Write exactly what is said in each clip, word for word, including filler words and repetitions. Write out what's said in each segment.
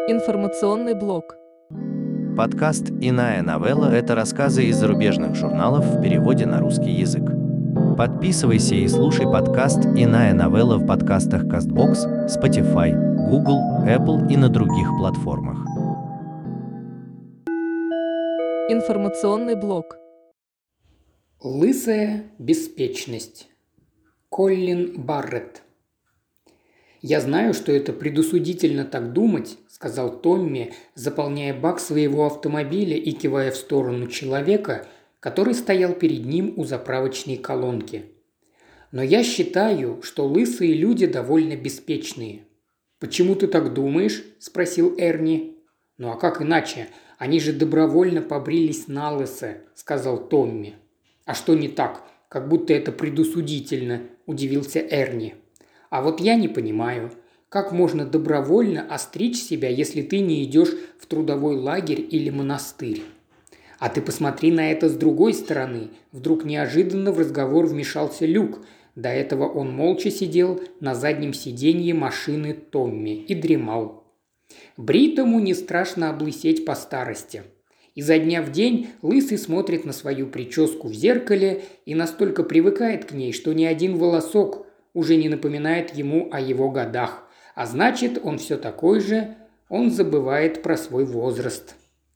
Информационный блок. Подкаст «Иная новелла» — это рассказы из зарубежных журналов в переводе на русский язык. Подписывайся и слушай подкаст «Иная новелла» в подкастах CastBox, Spotify, Google, Apple и на других платформах. Информационный блок. Лысая беспечность. Коллин Барретт. «Я знаю, что это предусудительно так думать», – сказал Томми, заполняя бак своего автомобиля и кивая в сторону человека, который стоял перед ним у заправочной колонки. «Но я считаю, что лысые люди довольно беспечные». «Почему ты так думаешь?» – спросил Эрни. «Ну а как иначе? Они же добровольно побрились налысо», – сказал Томми. «А что не так? Как будто это предусудительно», – удивился Эрни. «А вот я не понимаю, как можно добровольно остричь себя, если ты не идешь в трудовой лагерь или монастырь? А ты посмотри на это с другой стороны». Вдруг неожиданно в разговор вмешался Люк. До этого он молча сидел на заднем сиденье машины Томми и дремал. Бритому не страшно облысеть по старости. Изо дня в день лысый смотрит на свою прическу в зеркале и настолько привыкает к ней, что ни один волосок уже не напоминает ему о его годах. А значит, он все такой же, он забывает про свой возраст.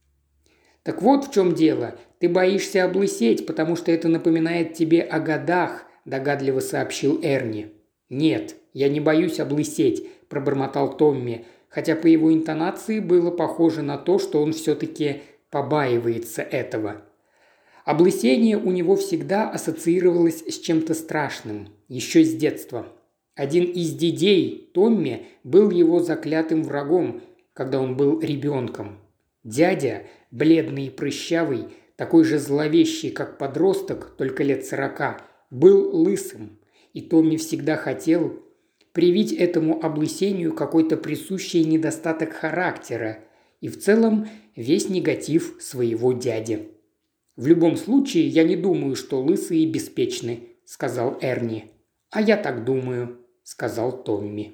«Так вот в чем дело. Ты боишься облысеть, потому что это напоминает тебе о годах», – догадливо сообщил Эрни. «Нет, я не боюсь облысеть», – пробормотал Томми, хотя по его интонации было похоже на то, что он все-таки побаивается этого. Облысение у него всегда ассоциировалось с чем-то страшным, еще с детства. Один из дядей, Томми, был его заклятым врагом, когда он был ребенком. Дядя, бледный и прыщавый, такой же зловещий, как подросток, только лет сорока, был лысым, и Томми всегда хотел привить этому облысению какой-то присущий недостаток характера и в целом весь негатив своего дяди. «В любом случае, я не думаю, что лысые беспечны», – сказал Эрни. «А я так думаю», – сказал Томми.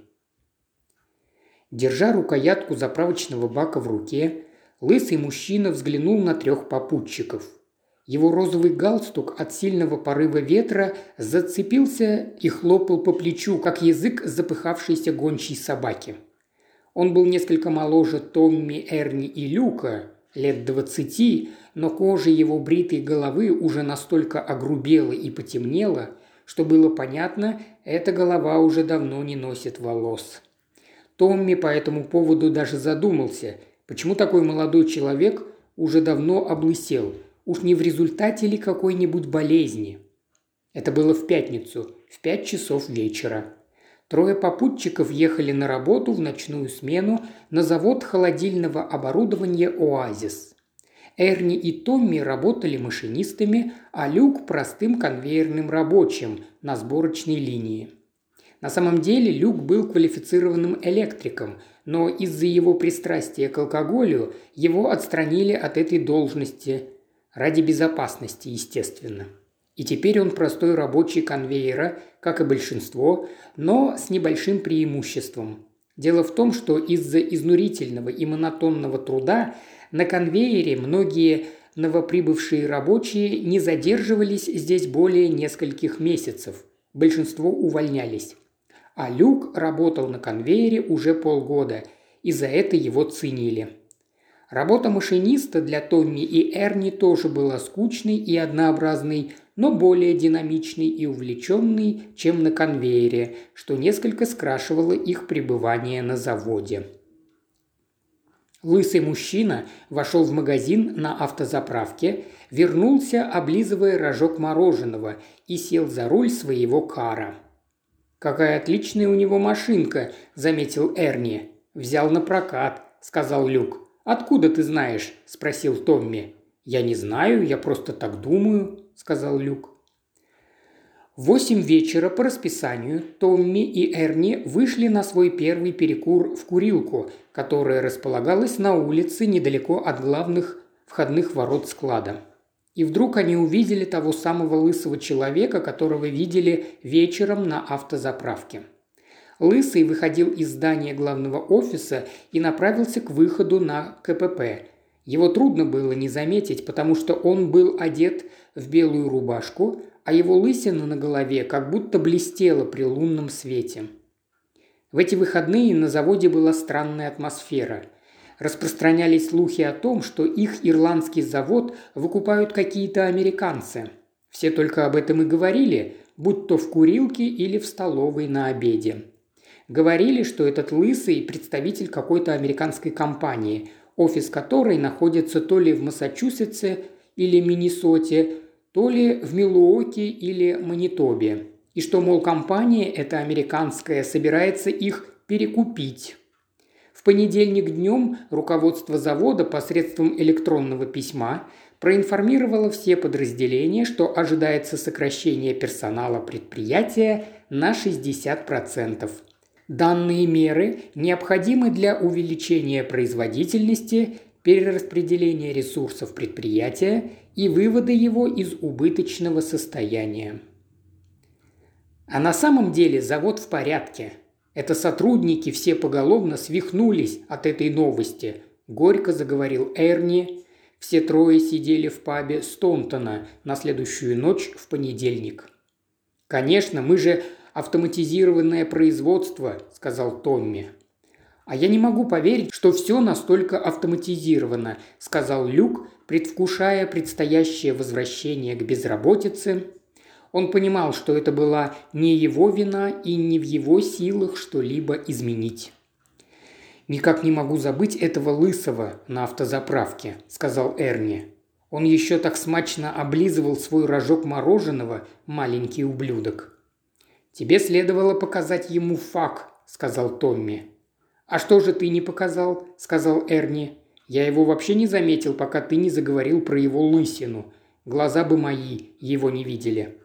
Держа рукоятку заправочного бака в руке, лысый мужчина взглянул на трех попутчиков. Его розовый галстук от сильного порыва ветра зацепился и хлопал по плечу, как язык запыхавшейся гончей собаки. Он был несколько моложе Томми, Эрни и Люка, лет двадцати, но кожа его бритой головы уже настолько огрубела и потемнела, что было понятно, эта голова уже давно не носит волос. Томми по этому поводу даже задумался, почему такой молодой человек уже давно облысел, уж не в результате ли какой-нибудь болезни. Это было в пятницу, в пять часов вечера. Трое попутчиков ехали на работу в ночную смену на завод холодильного оборудования «Оазис». Эрни и Томми работали машинистами, а Люк – простым конвейерным рабочим на сборочной линии. На самом деле Люк был квалифицированным электриком, но из-за его пристрастия к алкоголю его отстранили от этой должности, ради безопасности, естественно. И теперь он простой рабочий конвейера, как и большинство, но с небольшим преимуществом. Дело в том, что из-за изнурительного и монотонного труда на конвейере многие новоприбывшие рабочие не задерживались здесь более нескольких месяцев. Большинство увольнялись. А Люк работал на конвейере уже полгода, и за это его ценили. Работа машиниста для Томми и Эрни тоже была скучной и однообразной, но более динамичной и увлеченной, чем на конвейере, что несколько скрашивало их пребывание на заводе. Лысый мужчина вошел в магазин на автозаправке, вернулся, облизывая рожок мороженого, и сел за руль своего кара. «Какая отличная у него машинка», – заметил Эрни. «Взял на прокат», – сказал Люк. «Откуда ты знаешь?» – спросил Томми. «Я не знаю, я просто так думаю», – сказал Люк. В восемь вечера по расписанию Томми и Эрни вышли на свой первый перекур в курилку, которая располагалась на улице недалеко от главных входных ворот склада. И вдруг они увидели того самого лысого человека, которого видели вечером на автозаправке. Лысый выходил из здания главного офиса и направился к выходу на ка пэ пэ. Его трудно было не заметить, потому что он был одет в белую рубашку, а его лысина на голове как будто блестела при лунном свете. В эти выходные на заводе была странная атмосфера. Распространялись слухи о том, что их ирландский завод выкупают какие-то американцы. Все только об этом и говорили, будь то в курилке или в столовой на обеде. Говорили, что этот лысый – представитель какой-то американской компании, офис которой находится то ли в Массачусетсе или Миннесоте, то ли в Милуоки или Манитобе. И что, мол, компания эта американская собирается их перекупить. В понедельник днем руководство завода посредством электронного письма проинформировало все подразделения, что ожидается сокращение персонала предприятия на шестьдесят процентов. Данные меры необходимы для увеличения производительности, перераспределения ресурсов предприятия и вывода его из убыточного состояния. А на самом деле завод в порядке. Это сотрудники все поголовно свихнулись от этой новости, горько заговорил Эрни. Все трое сидели в пабе Стонтона на следующую ночь в понедельник. «Конечно, мы же автоматизированное производство», – сказал Томми. «А я не могу поверить, что все настолько автоматизировано», – сказал Люк, предвкушая предстоящее возвращение к безработице. Он понимал, что это была не его вина и не в его силах что-либо изменить. «Никак не могу забыть этого лысого на автозаправке», – сказал Эрни. «Он еще так смачно облизывал свой рожок мороженого, маленький ублюдок». «Тебе следовало показать ему фак», – сказал Томми. «А что же ты не показал?» – сказал Эрни. «Я его вообще не заметил, пока ты не заговорил про его лысину. Глаза бы мои его не видели».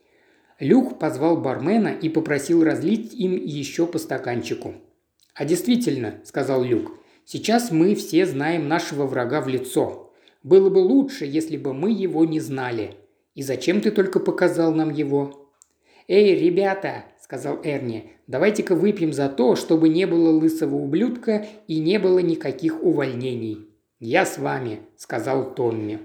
Люк позвал бармена и попросил разлить им еще по стаканчику. «А действительно», – сказал Люк, – «сейчас мы все знаем нашего врага в лицо. Было бы лучше, если бы мы его не знали. И зачем ты только показал нам его?» «Эй, ребята», – сказал Эрни, – «давайте-ка выпьем за то, чтобы не было лысого ублюдка и не было никаких увольнений». «Я с вами», – сказал Томми.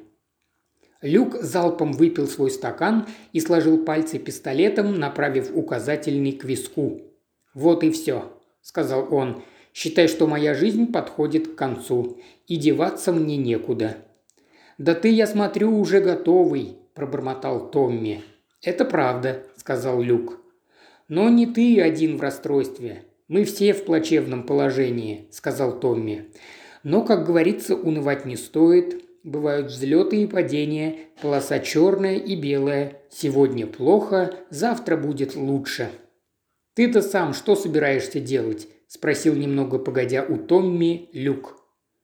Люк залпом выпил свой стакан и сложил пальцы пистолетом, направив указательный к виску. «Вот и все», – сказал он. «Считай, что моя жизнь подходит к концу, и деваться мне некуда». «Да ты, я смотрю, уже готовый», – пробормотал Томми. «Это правда», – сказал Люк. «Но не ты один в расстройстве. Мы все в плачевном положении», – сказал Томми. «Но, как говорится, унывать не стоит. Бывают взлеты и падения, полоса черная и белая. Сегодня плохо, завтра будет лучше». «Ты-то сам что собираешься делать?» – спросил немного погодя у Томми Люк.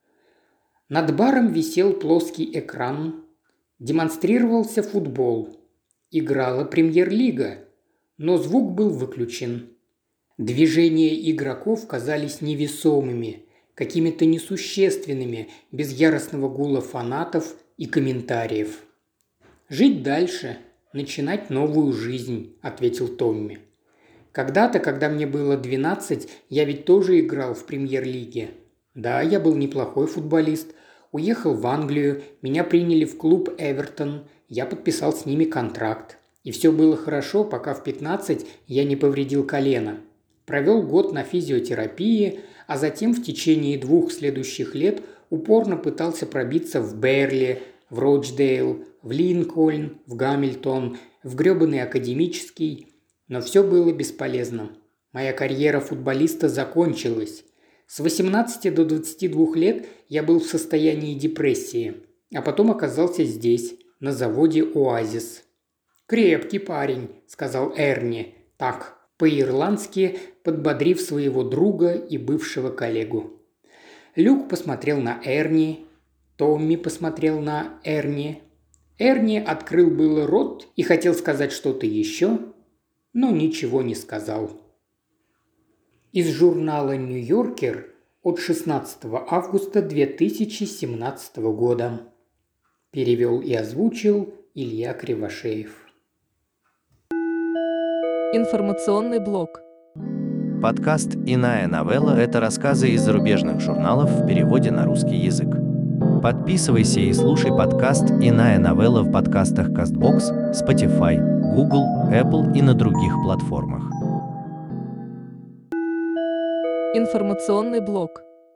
Над баром висел плоский экран. Демонстрировался футбол. Играла премьер-лига, но звук был выключен. Движения игроков казались невесомыми, какими-то несущественными, без яростного гула фанатов и комментариев. «Жить дальше, начинать новую жизнь», – ответил Томми. «Когда-то, когда мне было двенадцать, я ведь тоже играл в премьер-лиге. Да, я был неплохой футболист. Уехал в Англию, меня приняли в клуб «Эвертон», я подписал с ними контракт. И все было хорошо, пока в пятнадцать я не повредил колено. Провел год на физиотерапии, а затем в течение двух следующих лет упорно пытался пробиться в Берли, в Рочдейл, в Линкольн, в Гамильтон, в грёбаный академический. Но все было бесполезно. Моя карьера футболиста закончилась. С восемнадцати до двадцати двух лет я был в состоянии депрессии, а потом оказался здесь, на заводе «Оазис». «Крепкий парень», – сказал Эрни, так, по-ирландски, подбодрив своего друга и бывшего коллегу. Люк посмотрел на Эрни, Томми посмотрел на Эрни. Эрни открыл было рот и хотел сказать что-то еще, но ничего не сказал. Из журнала «Нью-Йоркер» от шестнадцатого августа две тысячи семнадцатого года. Перевел и озвучил Илья Кривошеев. Информационный блок. Подкаст «Иная новелла» — это рассказы из зарубежных журналов в переводе на русский язык. Подписывайся и слушай подкаст «Иная новелла» в подкастах CastBox, Spotify, Google, Apple и на других платформах. Информационный блок.